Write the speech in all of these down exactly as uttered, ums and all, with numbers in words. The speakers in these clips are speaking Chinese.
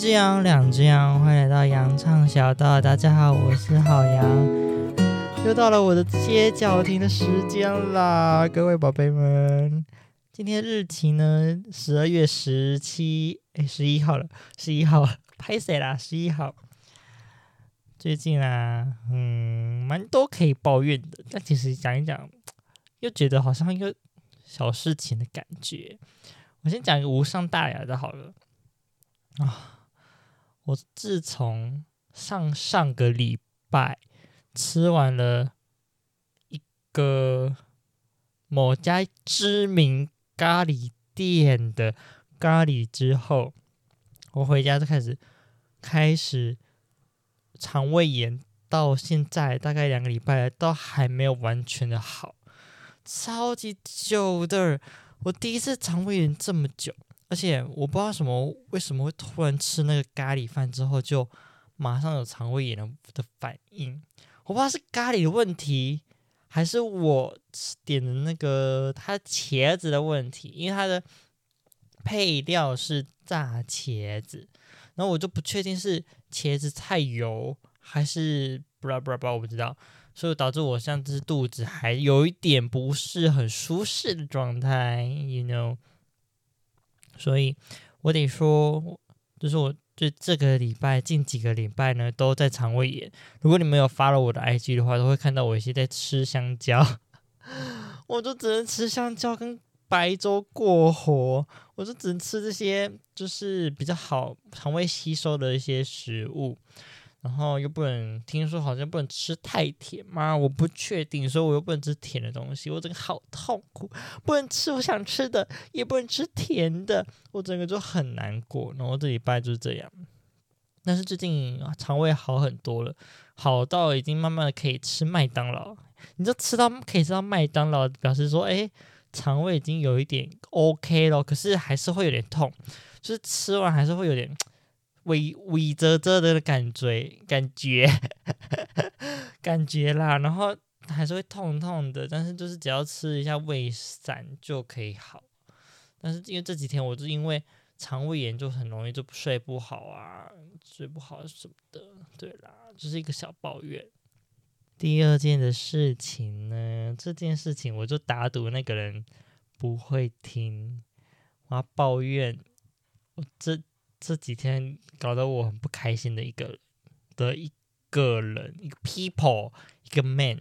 只羊，两只羊，欢迎来到羊唱小道。大家好，我是好羊，又到了我的歇脚亭的时间啦，各位宝贝们。今天日期呢，十二月十七，哎，十一号了，十一号，拍谁啦？十一号。最近啊，嗯，蛮多可以抱怨的，但其实讲一讲，又觉得好像一个小事情的感觉。我先讲一个无伤大雅的好了啊，我自从上上个礼拜吃完了一个某家知名咖喱店的咖喱之后，我回家就开始开始肠胃炎，到现在大概两个礼拜了，都还没有完全的好，超级久的。我第一次肠胃炎这么久，而且我不知道什么为什么会突然吃那个咖喱饭之后就马上有肠胃炎的反应。我不知道是咖喱的问题，还是我点的那个它茄子的问题，因为它的配料是炸茄子，然后我就不确定是茄子太油还是不啦不啦不啦，我不知道，所以导致我像是肚子还有一点不是很舒适的状态 ，you know。所以我得说，就是我就这个礼拜近几个礼拜呢都在肠胃炎。如果你们有 follow 我的 I G 的话，都会看到我一些在吃香蕉，我就只能吃香蕉跟白粥过活，我就只能吃这些就是比较好肠胃吸收的一些食物。然后又不能，听说好像不能吃太甜嘛，我不确定，所以我又不能吃甜的东西，我整个好痛苦，不能吃我想吃的，也不能吃甜的，我整个就很难过。然后这礼拜就是这样，但是最近肠胃好很多了，好到已经慢慢的可以吃麦当劳。你就吃到可以吃到麦当劳，表示说，哎，肠胃已经有一点 OK 了，可是还是会有点痛，就是吃完还是会有点。微微啧啧的感觉，感觉，感觉啦，然后还是会痛痛的，但是就是只要吃一下胃散就可以好。但是因为这几天我就因为肠胃炎，就很容易就睡不好啊，睡不好什么的，对啦，就是一个小抱怨。第二件的事情呢，这件事情我就打赌那个人不会听，我要抱怨我这。这几天搞得我很不开心的一个的一个人，一个 people， 一个 man，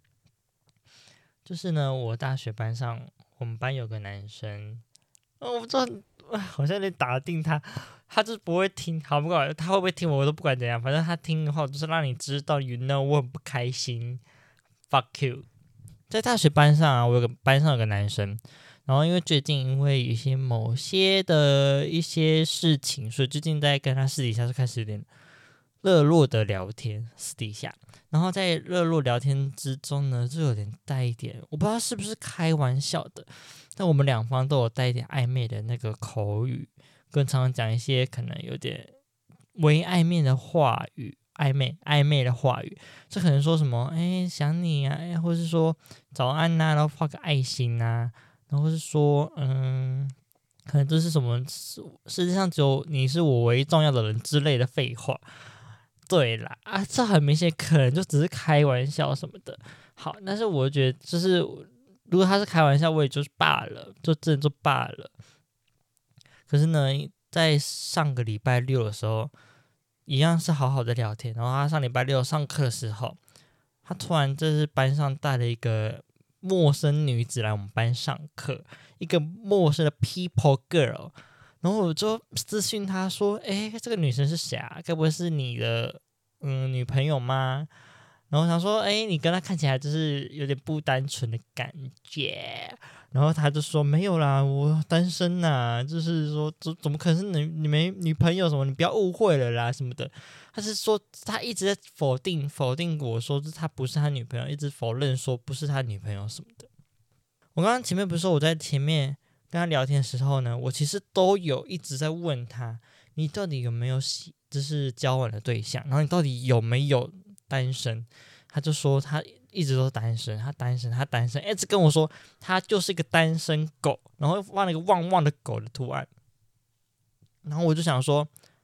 就是呢，我大学班上，我们班有个男生，哦、我不知道，好像得打定他，他就是不会听，好不管他会不会听我，我都不管怎样，反正他听的话，就是让你知道 ，you know， 我很不开心 ，fuck you。在大学班上啊，我有个班上有个男生。然后因为最近因为一些某些的一些事情，所以最近在跟他私底下就开始有点热络的聊天，私底下。然后在热络聊天之中呢，就有点带一点，我不知道是不是开玩笑的，但我们两方都有带一点暧昧的那个口语，跟常常讲一些可能有点微暧昧的话语，暧昧暧昧的话语，就可能说什么哎想你啊，哎或是说早安啊，然后画个爱心啊。然后是说，嗯，可能这是什么世界上只有你是我唯一重要的人之类的废话。对啦，啊，这很明显可能就只是开玩笑什么的。好，但是我觉得就是如果他是开玩笑，我也就是罢了，就真的就罢了。可是呢，在上个礼拜六的时候，一样是好好的聊天。然后他上礼拜六上课的时候，他突然就是班上带了一个。陌生女子来我们班上课，一个陌生的 people girl， 然后我就私讯她说：“哎，这个女生是谁啊？该不会是你的嗯女朋友吗？”然后想说：“哎，你跟她看起来就是有点不单纯的感觉。”然后他就说：“没有啦，我单身呐，就是说怎怎么可能是你你没女朋友什么？你不要误会了啦什么的。”他是说他一直在否定否定我说他不是他女朋友，一直否认说不是他女朋友什么的。我刚刚前面不是说我在前面跟他聊天的时候呢，我其实都有一直在问他，你到底有没有喜就是交往的对象，然后你到底有没有单身？他就说他一直都单身，他单身，他单身，一直跟我说他就是一个单身狗，然后放了一个旺旺的狗的图案。然后我就想说，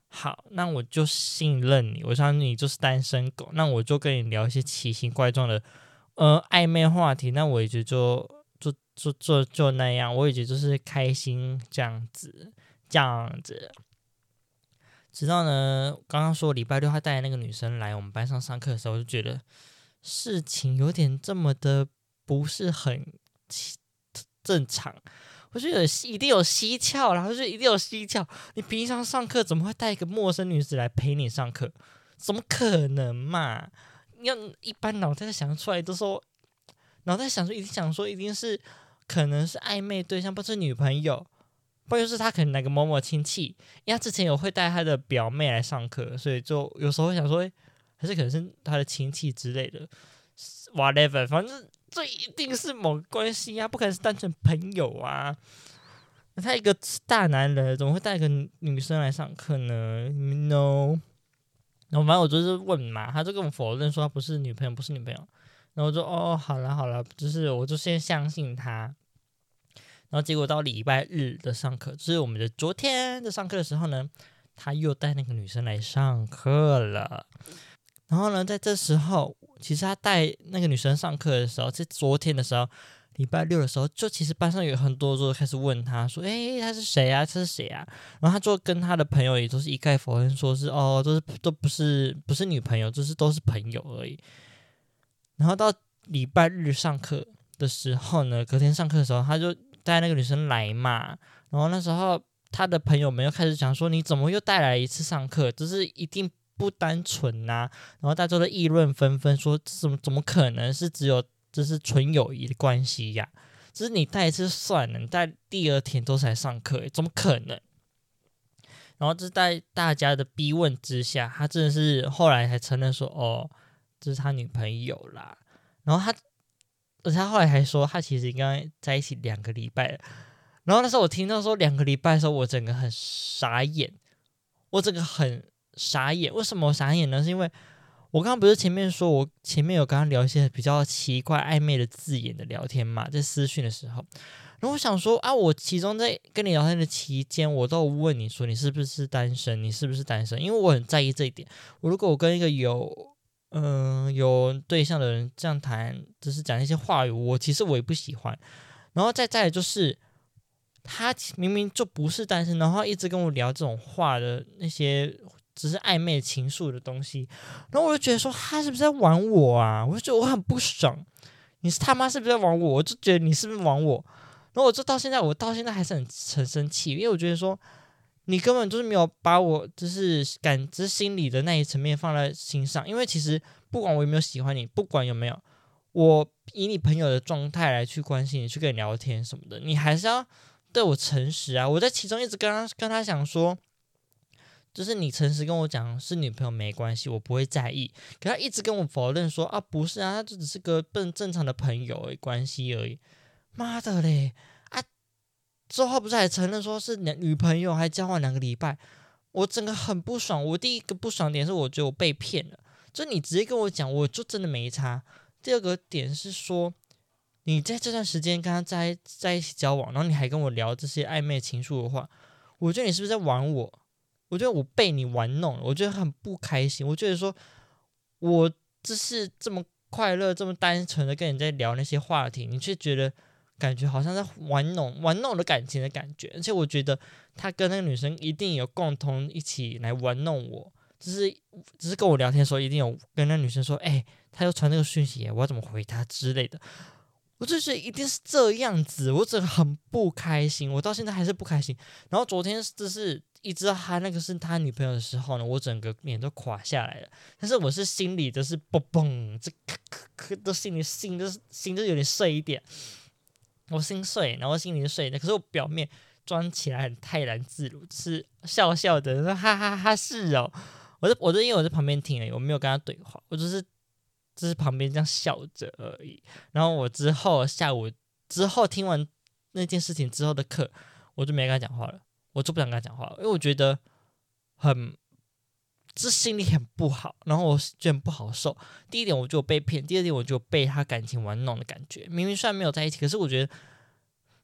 好，那我就信任你，我相信你就是单身狗，那我就跟你聊一些奇形怪状的呃暧昧话题，那我也觉得就就就就就那样，我也觉得就是开心这样子这样子。直到呢，刚刚说礼拜六他带那个女生来我们班上上课的时候，我就觉得事情有点这么的不是很正常。我觉得一定有蹊跷啦，我觉得一定有蹊跷。你平常上课怎么会带一个陌生女子来陪你上课？怎么可能嘛？要一般脑袋想出来都说，脑袋想说一定想说一定是可能是暧昧对象，不是女朋友，不然就是他可能哪个某某亲戚，因为他之前有会带他的表妹来上课，所以就有时候会想说，欸、还是可能是他的亲戚之类的 ，whatever， 反正。这一定是某个关系啊，不可能是单纯朋友啊。他一个大男人怎么会带一个女生来上课呢 ？No， 然后反正我就是问嘛，他就跟我否认说他不是女朋友，不是女朋友。然后我就哦，好了好了，就是我就先相信他。然后结果到礼拜日的上课，就是我们的昨天的上课的时候呢，他又带那个女生来上课了。然后呢，在这时候，其实他带那个女生上课的时候，在昨天的时候，礼拜六的时候，就其实班上有很多都开始问他说：“哎，他是谁啊？他是谁啊？”然后他就跟他的朋友也都是一概否认，说是哦，都是都不是不是女朋友，就是都是朋友而已。然后到礼拜日上课的时候呢，隔天上课的时候，他就带那个女生来嘛。然后那时候他的朋友们又开始讲说：“你怎么又带来一次上课？就是一定。”不单纯呐、啊，然后大家都议论纷纷，说怎么怎么可能是只有就是纯友谊的关系呀？就是你带一次算了，你带第二天都是来上课，怎么可能？然后就在大家的逼问之下，他真的是后来才承认说，哦，这是他女朋友啦。然后他，而且他后来还说，他其实刚刚在一起两个礼拜了。然后那时候我听到说两个礼拜的时候，我整个很傻眼，我整个很。傻眼，为什么我傻眼呢？是因为我刚刚不是前面说我前面有跟他聊一些比较奇怪暧昧的字眼的聊天嘛，在私讯的时候，然后我想说啊，我其中在跟你聊天的期间，我都有问你说你是不是单身，你是不是单身？因为我很在意这一点。我如果我跟一个有嗯、呃、有对象的人这样谈，就是讲一些话语，我其实我也不喜欢。然后再再来就是。他明明就不是单身，然后一直跟我聊这种话的那些只是暧昧情愫的东西，然后我就觉得说他是不是在玩我啊？我就觉得我很不爽，你是他妈是不是在玩我？我就觉得你是不是玩我？然后我就到现在，我到现在还是很很生气，因为我觉得说你根本就是没有把我就是感知心理的那一层面放在心上，因为其实不管我有没有喜欢你，不管有没有，我以你朋友的状态来去关心你，去跟你聊天什么的，你还是要。对我诚实啊！我在其中一直跟他跟他讲说，就是你诚实跟我讲是女朋友没关系，我不会在意。可他一直跟我否认说啊，不是啊，他就只是个笨正常的朋友而已关系而已。妈的嘞啊！之后不是还承认说是女朋友，还交往两个礼拜，我整个很不爽。我第一个不爽点是我觉得我被骗了，就你直接跟我讲，我就真的没差。第二个点是说。你在这段时间跟他在在一起交往，然后你还跟我聊这些暧昧情愫的话，我觉得你是不是在玩我？我觉得我被你玩弄了，我觉得很不开心。我觉得说，我这是这么快乐、这么单纯的跟你在聊那些话题，你却觉得感觉好像在玩弄、玩弄的感情的感觉。而且我觉得他跟那个女生一定有共同一起来玩弄我，就是只是跟我聊天的时候一定有跟那女生说，哎、欸，他又传那个讯息，我要怎么回他之类的。我就觉得一定是这样子，我真的很不开心，我到现在还是不开心。然后昨天就是一知道他那个是他女朋友的时候呢，我整个脸都垮下来了。但是我是心里就是嘣嘣，这咳咳咳都心里心就是心就有点碎一点，我心碎，然后心里就碎了。可是我表面装起来很泰然自如，就是笑笑的说哈哈哈是哦。我就我就因为我在旁边听而已，我没有跟他对话，我就是。就是旁边这样笑着而已。然后我之后下午之后听完那件事情之后的课，我就没跟他讲话了，我就不想跟他讲话了，因为我觉得很，这心里很不好，然后我觉得很不好受。第一点，我就被骗；第二点，我就被他感情玩弄的感觉。明明虽然没有在一起，可是我觉得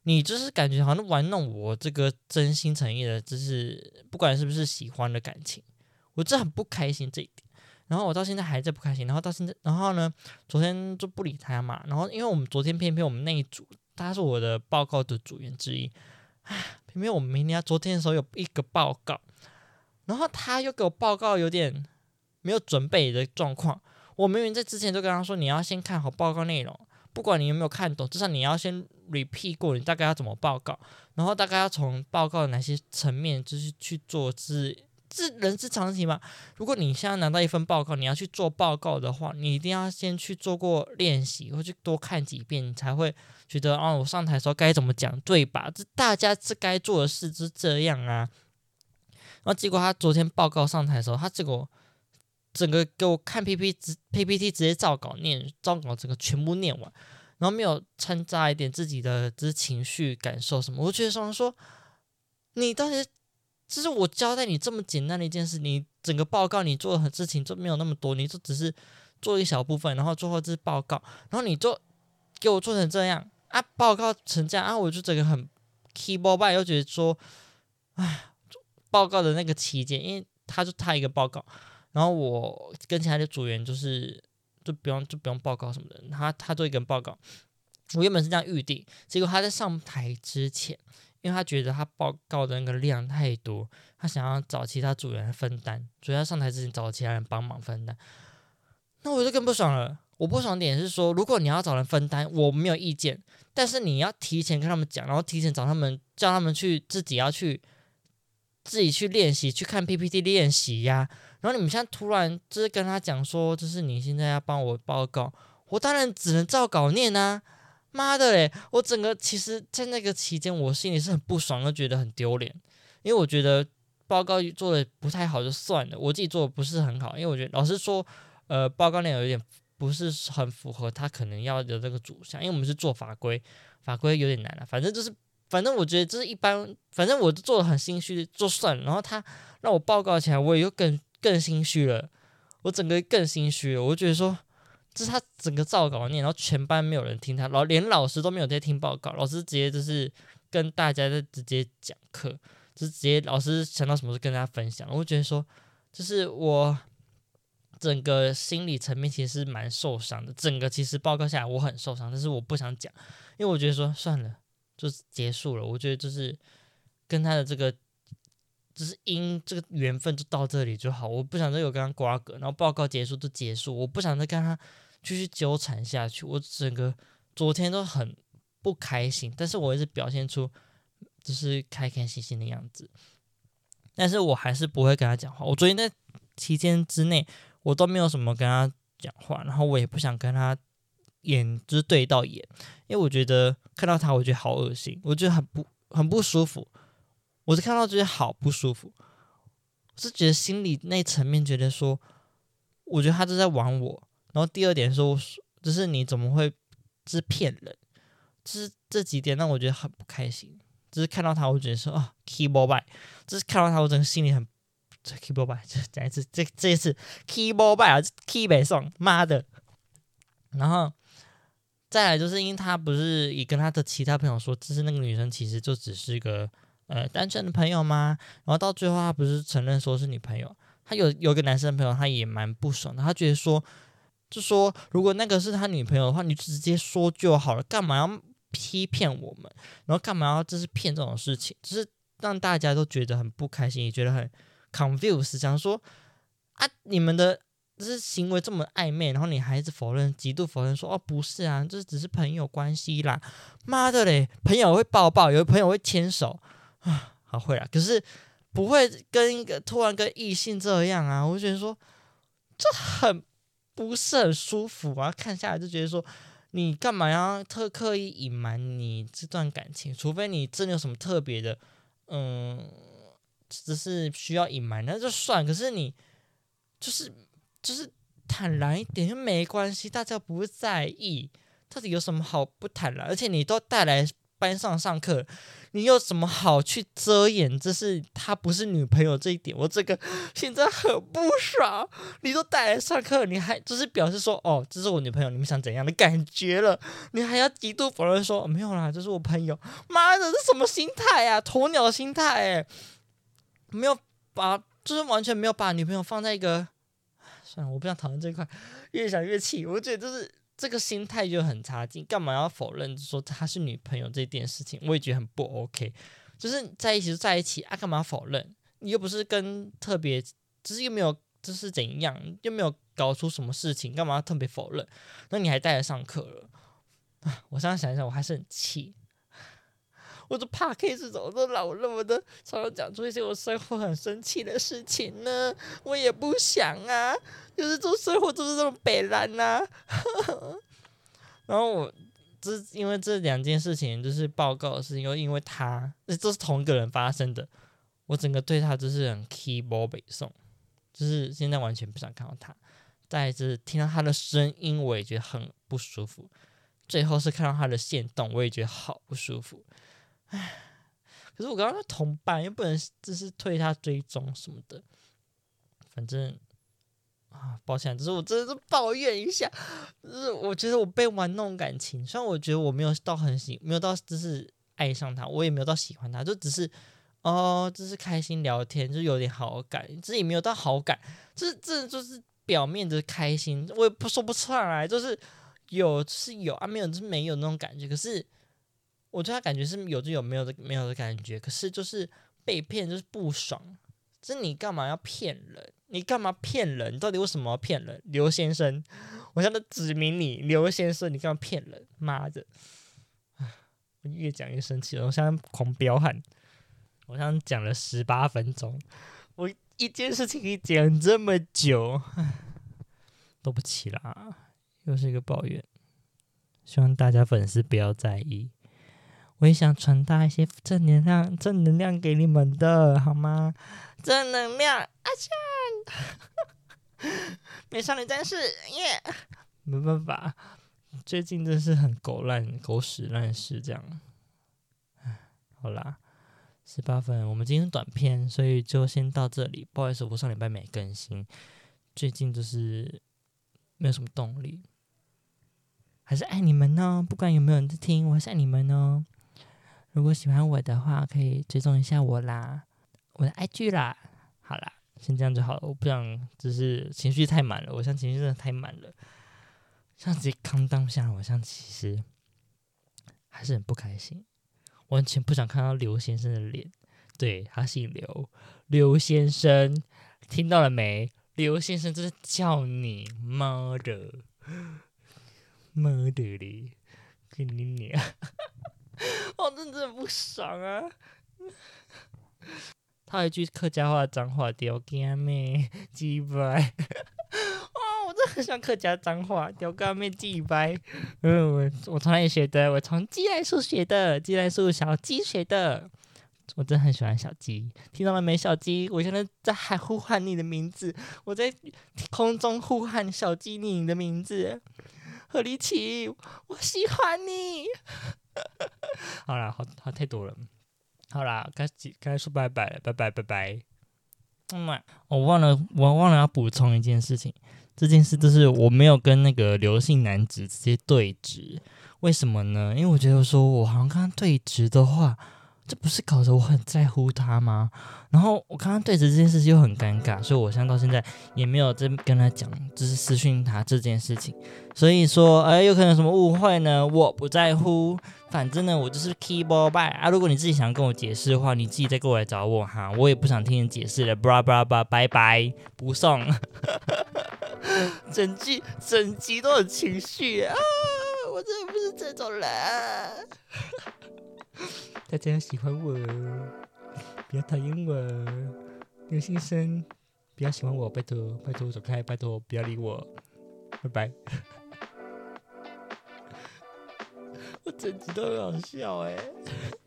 你就是感觉好像玩弄我这个真心诚意的，就是不管是不是喜欢的感情，我真的很不开心这一点。然后我到现在还在不开心，然后到现在，然后呢，昨天就不理他嘛。然后因为我们昨天偏偏我们那一组，他是我的报告的组员之一，唉，偏偏我们明天昨天的时候有一个报告，然后他又给我报告有点没有准备的状况。我明明在之前就跟他说，你要先看好报告内容，不管你有没有看懂，至少你要先 repeat 过，你大概要怎么报告，然后大概要从报告的哪些层面就是去做之。这人之常情嘛。如果你现在拿到一份报告，你要去做报告的话，你一定要先去做过练习，或去多看几遍，你才会觉得哦，我上台的时候该怎么讲，对吧？这大家这该做的事就是这样啊。然后结果他昨天报告上台的时候，他结果整个给我看 P P T， P P T 直接照稿念，照稿整个全部念完，然后没有掺杂一点自己的就是情绪感受什么。我觉得说，你到底。就是我交代你这么简单的一件事，你整个报告你做的事情就没有那么多，你就只是做一小部分，然后最后这是报告，然后你就给我做成这样啊，报告成这样啊，我就整个很 keyboard 吧，又觉得说，唉，报告的那个期间，因为他就他一个报告，然后我跟其他的组员就是就不用就不用报告什么的，他他做一个人报告，我原本是这样预定，结果他在上台之前。因为他觉得他报告的那个量太多，他想要找其他组员来分担，所以他上台之前找其他人帮忙分担。那我就更不爽了。我不爽点是说，如果你要找人分担，我没有意见，但是你要提前跟他们讲，然后提前找他们，叫他们去自己要去自己去练习，去看 P P T 练习呀。然后你们现在突然就是跟他讲说，就是你现在要帮我报告，我当然只能照稿念啊。妈的嘞！我整个其实，在那个期间，我心里是很不爽，又觉得很丢脸，因为我觉得报告做的不太好就算了，我自己做的不是很好，因为我觉得老实说，呃，报告内容有点不是很符合他可能要的这个主项，因为我们是做法规，法规有点难了、啊，反正就是，反正我觉得这是一般，反正我做的很心虚，就算了。然后他让我报告起来，我也又更更心虚了，我整个更心虚了，我就觉得说。就是他整个照稿念，然后全班没有人听他，然后连老师都没有在听报告，老师直接就是跟大家在直接讲课，就是直接老师想到什么就跟大家分享。我觉得说，就是我整个心理层面其实是蛮受伤的，整个其实报告下来我很受伤，但是我不想讲，因为我觉得说算了，就是结束了。我觉得就是跟他的这个。就是因这个缘分就到这里就好，我不想再有跟他瓜葛，然后报告结束就结束，我不想再跟他继续纠缠下去。我整个昨天都很不开心，但是我一直表现出就是开开心心的样子，但是我还是不会跟他讲话。我昨天在期间之内，我都没有什么跟他讲话，然后我也不想跟他眼就是对到眼，因为我觉得看到他，我觉得好恶心，我觉得很不很不舒服。我是看到觉得好不舒服，我是觉得心里那层面觉得说，我觉得他就在玩我。然后第二点说，就是你怎么会就是骗人？就是这几点让我觉得很不开心。就是看到他，我觉得说啊 ，keyboard by， 就是看到他，我整个心里很 keyboard by， 讲一次，这这一次 keyboard by 啊 ，keyboard 上，妈的。然后再来就是因为他不是也跟他的其他朋友说，就是那个女生其实就只是一个。呃，单纯的朋友吗？然后到最后，他不是承认说是女朋友。他有有个男生朋友，他也蛮不爽的。他觉得说，就说如果那个是他女朋友的话，你就直接说就好了，干嘛要欺骗我们？然后干嘛要就是骗这种事情？就是让大家都觉得很不开心，也觉得很 confused， 想说啊，你们的就是行为这么暧昧，然后你还一直否认，极度否认说哦不是啊，这只是朋友关系啦。妈的嘞，朋友会抱抱，有朋友会牵手。啊，好会啦，可是不会跟一个突然跟异性这样啊，我就觉得说这很不是很舒服啊，看下来就觉得说你干嘛要特刻意隐瞒你这段感情，除非你真的有什么特别的，嗯，只是需要隐瞒那就算，可是你就是就是坦然一点就没关系，大家不会在意，到底有什么好不坦然？而且你都带来。 班上上课，你有什么好去遮掩这是他不是女朋友这一点？我这个现在很不爽。你都带来上课，你还就是表示说哦，这是我女朋友，你们想怎样的感觉了？你还要极度否认说、哦、没有啦，这是我朋友。妈的，这什么心态啊？鸵鸟心态哎、欸，没有把就是完全没有把女朋友放在一个。算了，我不想讨论这一块，越想越气。我觉得就是这个心态就很差劲，干嘛要否认说她是女朋友这件事情？我也觉得很不 OK。就是在一起就在一起啊，干嘛要否认？你又不是跟特别，就是又没有，就是怎样，又没有搞出什么事情，干嘛要特别否认？那你还带着上课了，我现在想一想，我还是很气。我的 podcast 怎么都让我那么的常常讲出一些我生活很生气的事情呢？我也不想啊，就是做生活就是这么北烂啊。然后我就是因为这两件事情，就是报告的事情，又因为他这是同一个人发生的，我整个对他就是很 keyboard 北宋，就是现在完全不想看到他。再来就是听到他的声音，我也觉得很不舒服。最后是看到他的限动，我也觉得好不舒服。唉，可是我刚刚是同伴，又不能就是推他追踪什么的，反正啊，抱歉，只是我真的是抱怨一下，就是我觉得我被玩弄感情，虽然我觉得我没有到很喜，没有到就是爱上他，我也没有到喜欢他，就只是哦，就是开心聊天，就有点好感，这也没有到好感，这这就是表面的开心，我也不说不出来，就是有就是有啊，没有就是没有那种感觉，可是。我对他感觉是有就有，没有的没有的感觉，可是就是被骗就是不爽，就是你干嘛要骗人？你干嘛骗人？你到底为什么要骗人？刘先生，我现在指明你，刘先生，你干嘛骗人？妈的！我越讲越生气了，我现在狂飙喊，我现在讲了十八分钟，我一件事情可以讲这么久，对不起啦，又是一个抱怨，希望大家粉丝不要在意。我也想传达一些正能量，正能量给你们的好吗？正能量，阿强，美少女战士，耶、yeah! 没办法，最近真是很狗烂、狗屎烂事这样。好啦，十八分，我们今天短片，所以就先到这里。不好意思，我上礼拜没更新，最近就是没有什么动力，还是爱你们哦。不管有没有人在听，我还是爱你们哦。如果喜欢我的话，可以追踪一下我啦，我的 I G 啦。好啦，先这样就好了。我不想，只是情绪太满了，我现在情绪真的太满了，像直接扛当下，我像其实还是很不开心，完全不想看到刘先生的脸。对，他姓刘，刘先生，听到了没？刘先生就是叫你妈的，妈的嘞，跟你娘。我真的不爽啊！他有一句客家话脏话，屌干妹鸡掰！哦，我真的很喜欢客家脏话，屌干妹鸡掰！嗯，我我从哪里学的？我从鸡来树学的，鸡来树小鸡学的。我真的很喜欢小鸡，听到了没，小鸡？我现在在喊呼喊你的名字，我在空中呼喊小鸡你的名字，何立奇，我喜欢你。好啦，好好太多了。好啦，该该说拜拜了，拜拜拜拜。嗯，我忘了，我忘了要补充一件事情。这件事就是我没有跟那个刘姓男子直接对质，为什么呢？因为我觉得说我好像跟他对质的话，这不是搞得我很在乎他吗？然后我刚刚对质这件事就很尴尬，所以我现在到现在也没有再跟他讲，就是私讯他这件事情。所以说，哎，有可能有什么误会呢？我不在乎，反正呢，我就是 keyboard by 啊。如果你自己想跟我解释的话，你自己再过来找我哈，我也不想听你解释了。bra bra bra，拜拜，不送。整集整集都有情绪啊！我真的不是这种人。大家喜欢我，不要讨厌我。刘先生，不要喜欢我，拜托拜托走开，拜托不要理我，拜拜。我整集都很好笑哎、欸。